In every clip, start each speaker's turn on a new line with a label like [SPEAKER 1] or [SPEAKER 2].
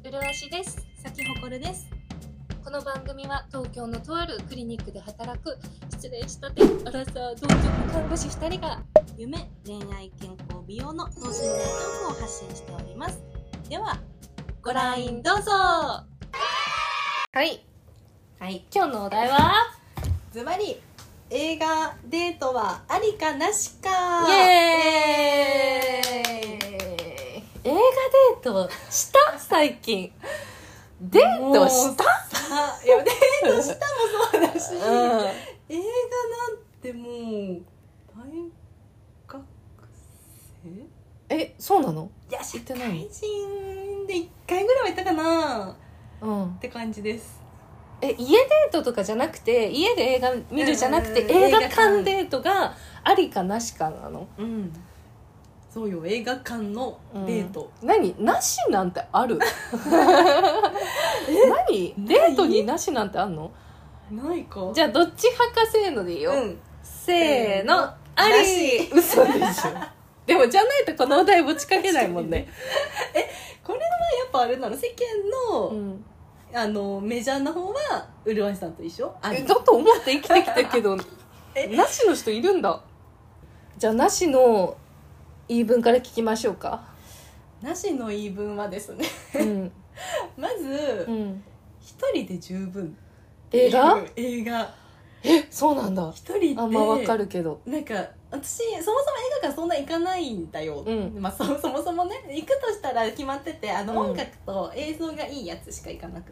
[SPEAKER 1] 麗しです。
[SPEAKER 2] 咲ほこるです。
[SPEAKER 1] この番組は東京のとあるクリニックで働く失礼したてアラサー同居看護師2人が
[SPEAKER 2] 夢、恋愛、健康、美容の等身大トークを発信しております。ではご覧どうぞ。
[SPEAKER 1] はい、今日のお題は
[SPEAKER 2] ズバリ映画デートはありかなしか。
[SPEAKER 1] イエーイ。映画デートした最近デートした
[SPEAKER 2] いやデートしたもそうだし、映画なんてもう大学生？
[SPEAKER 1] そうなの？
[SPEAKER 2] いや社会人で1回ぐらいは行ったかな、って感じです。
[SPEAKER 1] 家デートとかじゃなくて家で映画見るじゃなくて、映画館デートがありかなしかなの？
[SPEAKER 2] そうよ、映画館のデート、
[SPEAKER 1] 何なしなんてある？何デートになしなんてあんの？
[SPEAKER 2] ないか。じ
[SPEAKER 1] ゃあどっち派かせーのでいいよ、せーの、あり。嘘でしょ。でもじゃないとこのお題持ちかけないもんね。
[SPEAKER 2] これはやっぱあれなの、世間の、メジャーな方は麗しさんと一緒？
[SPEAKER 1] だと思って生きてきたけどなしの人いるんだ。じゃあなしの言い分から聞きましょうか。
[SPEAKER 2] なしの言い分はですね、まず、一人で十分。映画
[SPEAKER 1] そうなんだ。
[SPEAKER 2] 一人で
[SPEAKER 1] あんま分かるけど、
[SPEAKER 2] なんか私そもそも映画館そんな行かないんだよ、そもそもね、行くとしたら決まってて、音楽と映像がいいやつしか行かなくって、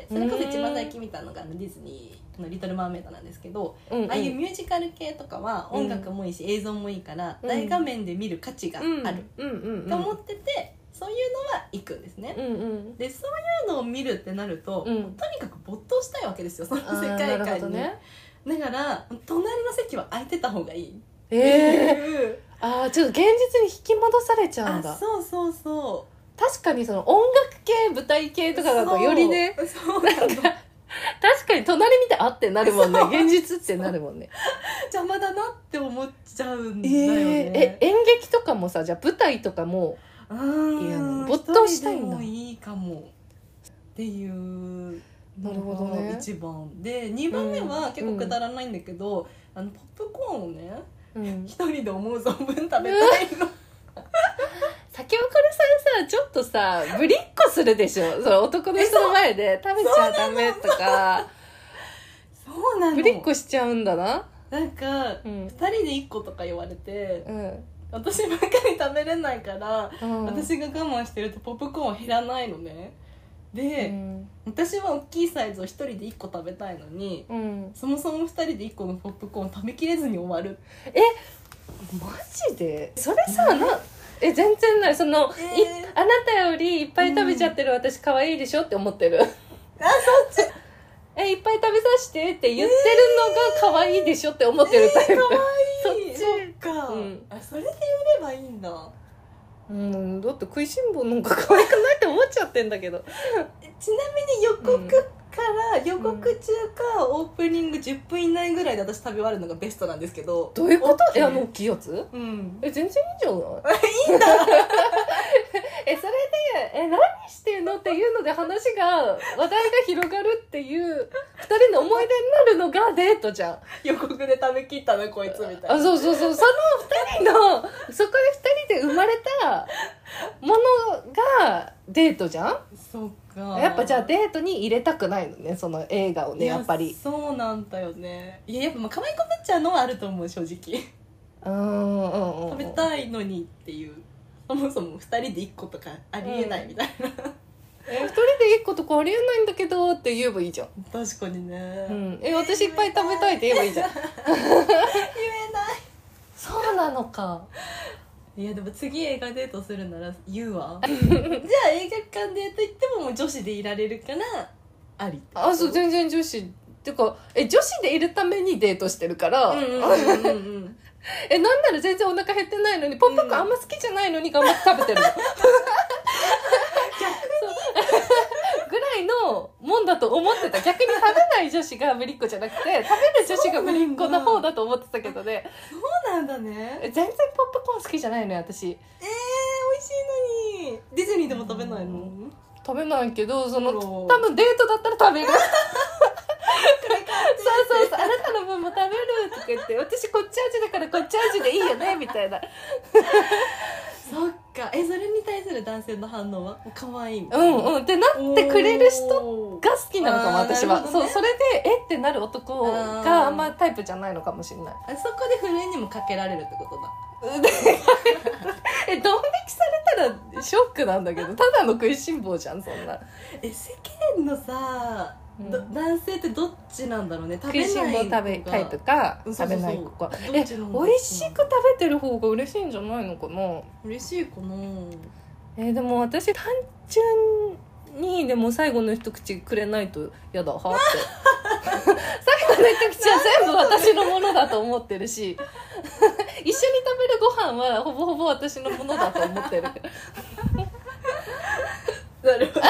[SPEAKER 2] それこそ一番最近見たのがディズニーのリトルマーメイドなんですけど、ああいうミュージカル系とかは音楽もいいし、映像もいいから大画面で見る価値があると思ってて、そういうのは行くんですね、でそういうのを見るってなると、とにかく没頭したいわけですよ、その世界観に、だから隣の席は空いてた方がいいっていう、
[SPEAKER 1] ちょっと現実に引き戻されちゃうんだ。
[SPEAKER 2] そう
[SPEAKER 1] 確かにその音楽系舞台系とかだとよりね、なんか確かに隣見てあってなるもんね、現実ってなるもんね。
[SPEAKER 2] 邪魔だなって思っちゃうんだよね。
[SPEAKER 1] 演劇とかもさ、じゃあ舞台とかも没頭したいんだ。
[SPEAKER 2] 一人でもいいかもっていうのが1番で、2番目は結構くだらないんだけど、ポップコーンをね、一人で思う存分食べたいの。
[SPEAKER 1] 先送るさんさ、ちょっとさぶりっこするでしょ、その男の人の前で食べちゃダメとか。
[SPEAKER 2] そうなの、
[SPEAKER 1] ぶりっこしちゃうんだな。
[SPEAKER 2] なんか、2人で1個とか言われて、私ばっかり食べれないから、私が我慢してるとポップコーンは減らないのね。で、私は大きいサイズを1人で1個食べたいのに、そもそも2人で1個のポップコーン食べきれずに終わる。
[SPEAKER 1] マジでそれさ、全然ない。その、あなたよりいっぱい食べちゃってる私可愛いでしょって思ってる。
[SPEAKER 2] そっち
[SPEAKER 1] いっぱい食べさせてって言ってるのが可愛いでしょって思ってるタイプ。
[SPEAKER 2] 可愛い。
[SPEAKER 1] そっち。
[SPEAKER 2] そっか、それで売ればいいんだ。
[SPEAKER 1] だって食いしん坊の方が可愛くないって思っちゃってんだけど。
[SPEAKER 2] ちなみに予告予告中かオープニング10分以内ぐらいで私食べ終わるのがベストなんですけど。
[SPEAKER 1] どういうこと？大きいやつ？全然いいじゃない。
[SPEAKER 2] いいんだ。
[SPEAKER 1] それで何してんのっていうので話が話題が広がるっていう2人の思い出になるのがデートじゃん。
[SPEAKER 2] 予告で食べきったなこいつみたいな。
[SPEAKER 1] そうその2人のそこで2人で生まれたものがデートじゃん。
[SPEAKER 2] そうか。
[SPEAKER 1] やっぱじゃあデートに入れたくないのね、その映画をね。やっぱり
[SPEAKER 2] そうなんだよね。やっぱ可愛い子ぶっちゃうのはあると思う、正直。食べたいのにっていう、そもそも2人で1個とかありえないみたいな、2人
[SPEAKER 1] で1個とかありえないんだけどって言えばいいじゃん。
[SPEAKER 2] 確かにね、
[SPEAKER 1] 私いっぱい食べたいって言えばいいじゃん。言えない。そうなのか。
[SPEAKER 2] いやでも次映画デートするなら言うわ。じゃあ映画館デート行ってももう女子でいられるからあり。
[SPEAKER 1] そう、全然女子っていうか女子でいるためにデートしてるから。なんなら全然お腹減ってないのに、ポップコーンあんま好きじゃないのに頑張って食べてるの。ぐらいのもんだと思ってた。逆に食べない女子がぶりっ子じゃなくて、食べる女子がぶりっ子の方だと思ってたけどね。
[SPEAKER 2] そうなんだね。
[SPEAKER 1] 全然ポップコーン好きじゃないのよ私。
[SPEAKER 2] 美味しいのに。ディズニーでも食べないの？
[SPEAKER 1] 食べないけど、多分デートだったら食べる。そうあなたの分も食べるとか言って、私こっち味だからこっち味でいいよねみたいな。
[SPEAKER 2] そっか。それに対する男性の反応は可愛いみた
[SPEAKER 1] い
[SPEAKER 2] な。
[SPEAKER 1] ってなってくれる人が好きなのかも、私は、
[SPEAKER 2] ね、
[SPEAKER 1] そうそれでってなる男があんまタイプじゃないのかもしれない。
[SPEAKER 2] そこで震えにもかけられるってことだ。
[SPEAKER 1] ドン引きされたらショックなんだけど、ただの食いしん坊じゃんそんな。
[SPEAKER 2] 世間のさ、男性ってどっちなんだろうね。
[SPEAKER 1] 食いしん坊タイプか食べない子か。美味しく食べてる方が嬉しいんじゃないのかな。
[SPEAKER 2] 嬉しいかな。
[SPEAKER 1] でも私単純にでも最後の一口くれないと嫌だはって最後の一口は全部私のものだと思ってるし一緒に食べるご飯はほぼほぼ私のものだと思ってる。なるほど。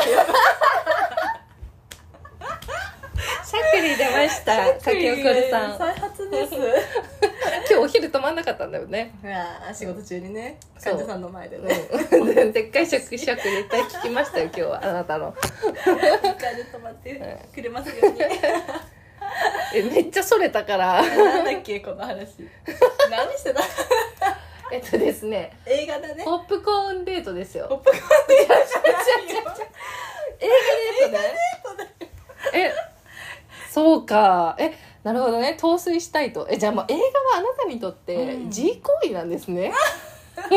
[SPEAKER 1] しゃっくり出ました。かきおこるさん。
[SPEAKER 2] 再発です。
[SPEAKER 1] 今日お昼止まんなかったんだよね。
[SPEAKER 2] 仕事中にね、患者さんの前でね。
[SPEAKER 1] でっかいしゃっくりいっぱい聞きましたよ今日はあなたの。
[SPEAKER 2] 一回で止まってくれますように。
[SPEAKER 1] めっちゃそれたから。
[SPEAKER 2] なんだっけこの話。何してた？
[SPEAKER 1] ですね。
[SPEAKER 2] 映画だね。
[SPEAKER 1] ポップコーンデートですよ。
[SPEAKER 2] ポップコーンデート。
[SPEAKER 1] 映画デートね。そうか。なるほどね。陶酔したいと。じゃあもう映画はあなたにとって自慰行為なんですね。
[SPEAKER 2] 確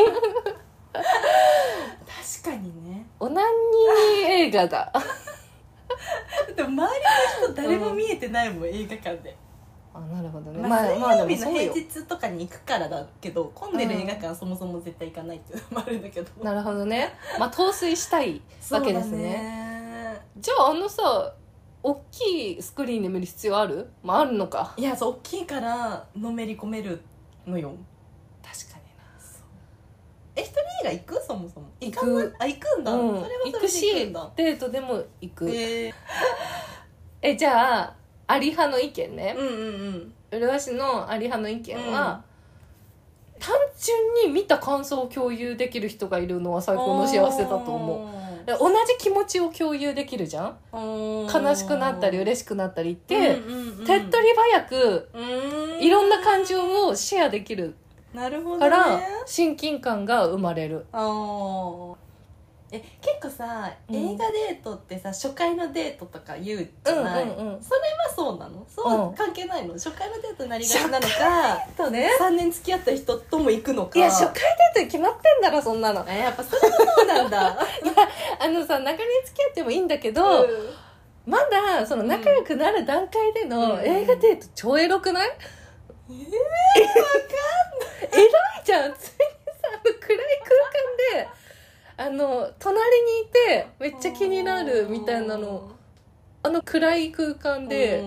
[SPEAKER 2] かにね。
[SPEAKER 1] オナニー映画だ。
[SPEAKER 2] でも周りの人誰も見えてないもん、映画館で。
[SPEAKER 1] なるほどね。
[SPEAKER 2] 水曜日の平日とかに行くからだけど、混んでる映画館そもそも絶対行かないっていうのもあるんだけど。
[SPEAKER 1] なるほどね。陶酔したいわけですね。じゃあさ、大きいスクリーンで見る必要ある？あるのか。
[SPEAKER 2] いや、大きいからのめり込めるのよ。
[SPEAKER 1] 確かにな。
[SPEAKER 2] 一人映画行く？そもそも行くんだ。それは
[SPEAKER 1] 行くし、デートでも行く。じゃあアリ派の意見ね。麗しのアリ派の意見は、単純に見た感想を共有できる人がいるのは最高の幸せだと思う。同じ気持ちを共有できるじゃん。悲しくなったり嬉しくなったりって、手っ取り早くいろんな感情をシェアできるから親近感が生まれる。
[SPEAKER 2] 結構さ、映画デートってさ、初回のデートとか言うじゃない。それはそうなの？関係ないの？初回のデートになりがちなのか、3年付き合った人とも行くのか。
[SPEAKER 1] いや、初回デートに決まってんだろそんなの。
[SPEAKER 2] やっぱそれはそうなんだ。いや、
[SPEAKER 1] 長年付き合ってもいいんだけど、まだその仲良くなる段階での映画デート超エロくない？わかんない。エロいじゃん。ついにさ、暗い空間で隣にいてめっちゃ気になるみたいなの、暗い空間で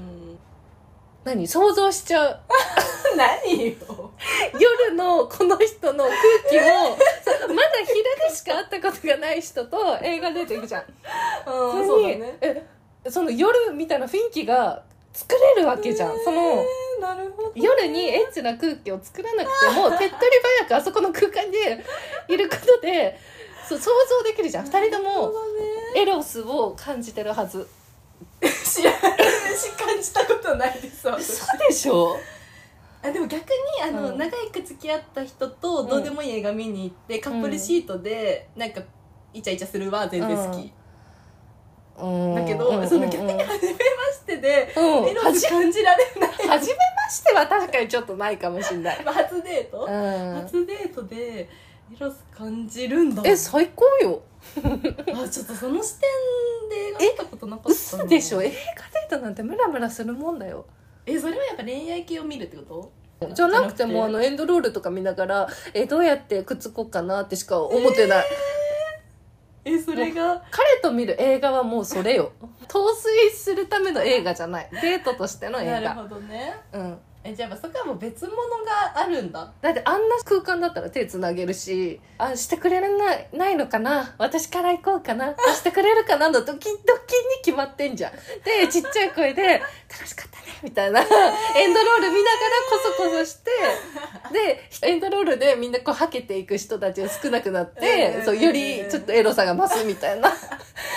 [SPEAKER 1] 想像しちゃう。
[SPEAKER 2] 何よ。
[SPEAKER 1] 夜のこの人の空気をまだ昼でしか会ったことがない人と映画デート行くじゃん。
[SPEAKER 2] そうだね。
[SPEAKER 1] その夜みたいな雰囲気が作れるわけじゃん。
[SPEAKER 2] なるほど。
[SPEAKER 1] 夜にエッチな空気を作らなくても手っ取り早くあそこの空間でいることで想像できるじゃん。2人ともエロスを感じてるはず。
[SPEAKER 2] 知らないし、感じたことないです。
[SPEAKER 1] そうでしょ。
[SPEAKER 2] でも逆に長く付き合った人とどうでもいい映画見に行って、カップルシートでなんかイチャイチャするは全然好き。だけど、その逆に初めましてでエロス感じられない。
[SPEAKER 1] 初めましては確かにちょっとないかもしれない。
[SPEAKER 2] 初デート？初デートでエロス感じるんだ。
[SPEAKER 1] 最高よ。
[SPEAKER 2] ちょっとその視点で映画見たことなかった。
[SPEAKER 1] 嘘でしょ。映画デートなんてムラムラするもんだよ。
[SPEAKER 2] それはやっぱ恋愛系を見るってこと？
[SPEAKER 1] じゃなくてもエンドロールとか見ながらどうやってくっつこうかなってしか思ってない。
[SPEAKER 2] それが
[SPEAKER 1] 彼と見る映画はもうそれよ。陶酔するための映画じゃない。デートとしての映画。
[SPEAKER 2] なるほどね。じゃあそこはもう別物があるんだ。
[SPEAKER 1] だってあんな空間だったら手つなげるし、してくれないのかな、私から行こうかな、してくれるかなのドキドキに決まってんじゃん。でちっちゃい声で楽しかったねみたいなエンドロール見ながらコソコソして、でエンドロールでみんなはけていく人たちが少なくなって、よりちょっとエロさが増すみたいな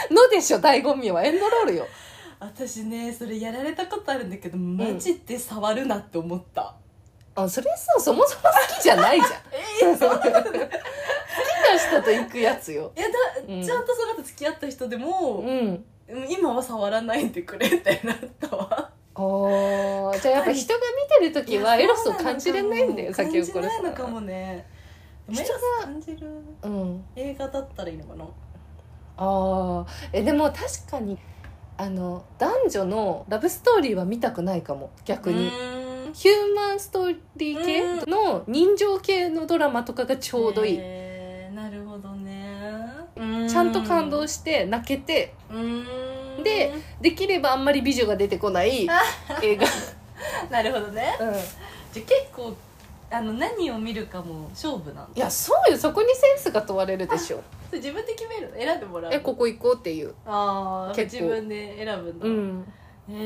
[SPEAKER 1] のでしょ醍醐味は。エンドロールよ。
[SPEAKER 2] 私ねそれやられたことあるんだけどマジで触るなって思った、
[SPEAKER 1] あ、それさそもそも好きじゃないじゃん。
[SPEAKER 2] そうなんだ。
[SPEAKER 1] 好きな人と行くやつよ。
[SPEAKER 2] いやちゃんとその後付き合った人でも、今は触らないでくれってなったわ。
[SPEAKER 1] じゃあやっぱ人が見てる時はエロスを感じれないんだよ。
[SPEAKER 2] 感じないのかもね。
[SPEAKER 1] 人が
[SPEAKER 2] 感じる、映画だったらいいのかな。
[SPEAKER 1] でも確かに男女のラブストーリーは見たくないかも逆に。ヒューマンストーリー系の人情系のドラマとかがちょうどいい。
[SPEAKER 2] なるほどね。
[SPEAKER 1] ちゃんと感動して泣けて、できればあんまり美女が出てこない映画。
[SPEAKER 2] なるほどね、じゃ結構何を見るかも勝負なんだ。
[SPEAKER 1] いやそうよ、そこにセンスが問われるでしょ。
[SPEAKER 2] 自分で決めるの、選んでもらう。
[SPEAKER 1] ここ行こうっていう。
[SPEAKER 2] 自分で選ぶんだ。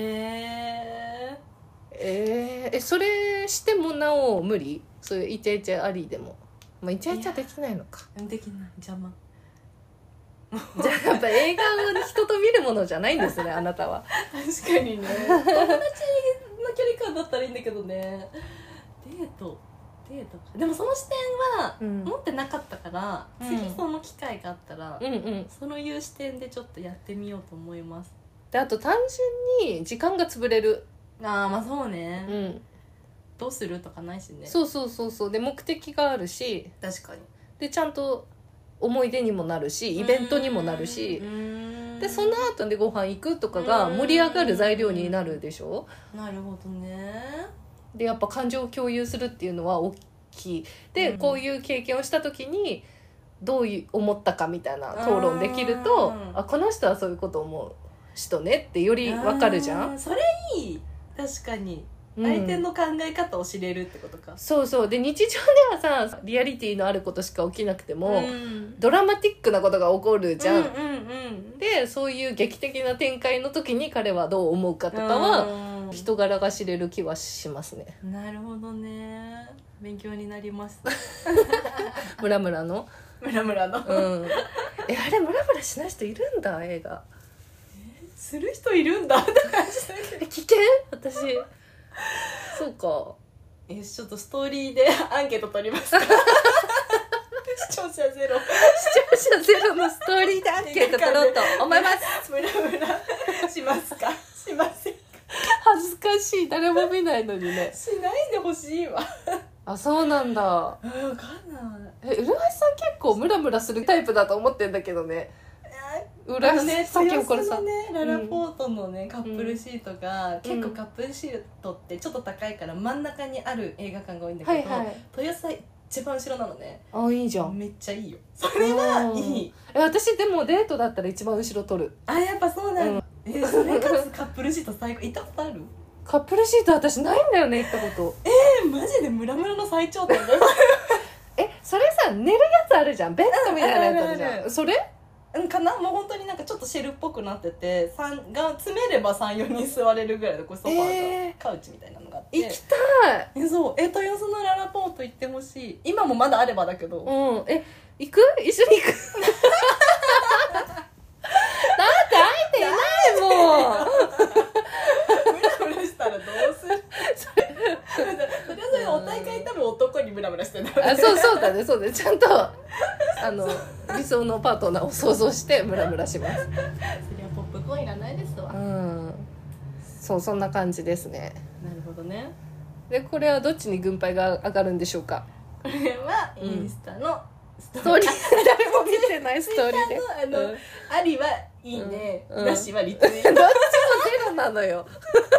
[SPEAKER 1] それしてもなお無理？そういうイチャイチャありでも、イチャイチャできないのか。
[SPEAKER 2] できない、邪魔。
[SPEAKER 1] じゃあやっぱ映画を人と見るものじゃないんですねあなたは。
[SPEAKER 2] 確かにね。友達の距離感だったらいいんだけどね。デートでもその視点は持ってなかったから、次その機会があったら、そういう視点でちょっとやってみようと思います。
[SPEAKER 1] であと単純に時間が潰れる。
[SPEAKER 2] そうね、どうするとかないしね。
[SPEAKER 1] そうで目的があるし、
[SPEAKER 2] 確かに。
[SPEAKER 1] でちゃんと思い出にもなるしイベントにもなるし、でその後でご飯行くとかが盛り上がる材料になるでしょ。
[SPEAKER 2] なるほどね。
[SPEAKER 1] でやっぱ感情を共有するっていうのは大きい。で、こういう経験をした時にどう思ったかみたいな討論できると、この人はそういうことを思う人ねってより分かるじゃん。
[SPEAKER 2] それいい。確かに相手の考え方を知れるってことか。
[SPEAKER 1] そうで日常ではさリアリティのあることしか起きなくても、ドラマティックなことが起こるじゃん。でそういう劇的な展開の時に彼はどう思うかとかは人柄が知れる気はしますね。
[SPEAKER 2] なるほどね。勉強になります。
[SPEAKER 1] ムラムラの
[SPEAKER 2] あれムラム
[SPEAKER 1] ラしない人いるんだ映画。
[SPEAKER 2] する人いるんだって感じだけど。
[SPEAKER 1] 危険？私そうか。
[SPEAKER 2] ちょっとストーリーでアンケート取りますか。視聴者ゼロ
[SPEAKER 1] のストーリーでアンケート取ろうと思います。
[SPEAKER 2] ムラムラしますか？しませんか？
[SPEAKER 1] 恥ずかしい、誰も見ないのにね。
[SPEAKER 2] しないでほしいわ。
[SPEAKER 1] そうなんだ。
[SPEAKER 2] わかんない。
[SPEAKER 1] 浦橋さん結構ムラムラするタイプだと思ってんだけどね。
[SPEAKER 2] 浦橋ね、豊洲のねララポートのねカップルシートが、結構カップルシートってちょっと高いから真ん中にある映画館が多いんだけど、豊洲は一番後ろなのね。
[SPEAKER 1] いいじゃん。
[SPEAKER 2] めっちゃいいよ。それはいい。
[SPEAKER 1] 私でもデートだったら一番後ろ取る。
[SPEAKER 2] やっぱそうなんだ。それかつカップルシート最高。行ったことある？
[SPEAKER 1] カップルシート私ないんだよね、行ったこと。
[SPEAKER 2] マジでムラムラの最頂点だ。
[SPEAKER 1] それさ寝るやつあるじゃん、ベッドみたいなやつあるじゃん。それ
[SPEAKER 2] かな。もう本当になんかちょっとシェルっぽくなっててが詰めれば 3,4 人座れるぐらいのこれソファーとカウチみたいなのがあって、
[SPEAKER 1] 行きたい。
[SPEAKER 2] そう豊洲のララポート行ってほしい。今もまだあればだけど。
[SPEAKER 1] 行く？一緒に行く？だって会えていないもん。
[SPEAKER 2] ムラムラしたらどうする？それはお互い多分男にムラムラしてるんだろうね。
[SPEAKER 1] そうだねちゃんと理想のパートナーを想像してムラムラします。
[SPEAKER 2] そりゃポップコーンいらないですわ。
[SPEAKER 1] そんな感じですね。
[SPEAKER 2] なるほどね。
[SPEAKER 1] でこれはどっちに軍配が上がるんでしょうか？
[SPEAKER 2] これはインスタの
[SPEAKER 1] ストーリー誰も見てないストーリーで
[SPEAKER 2] ありはいいね、なしはリツイート。
[SPEAKER 1] どっちもゼロなのよ。どっ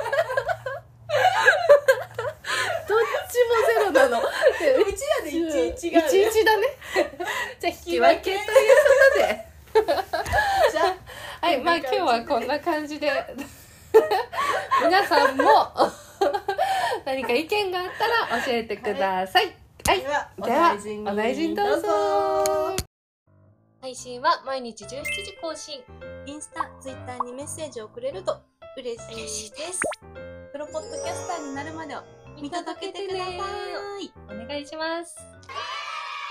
[SPEAKER 1] ちもゼロなの。う
[SPEAKER 2] ちらで11が
[SPEAKER 1] 11だね。じゃあ引き分けということで。
[SPEAKER 2] じゃあ
[SPEAKER 1] 今日はこんな感じで皆さんも何か意見があったら教えてください。ではお大事にどうぞ。配信は毎日17時更新。
[SPEAKER 2] インスタ、ツイッターにメッセージをくれると嬉しいです。プロポッドキャスターになるまでを見届けてください。
[SPEAKER 1] お願いします。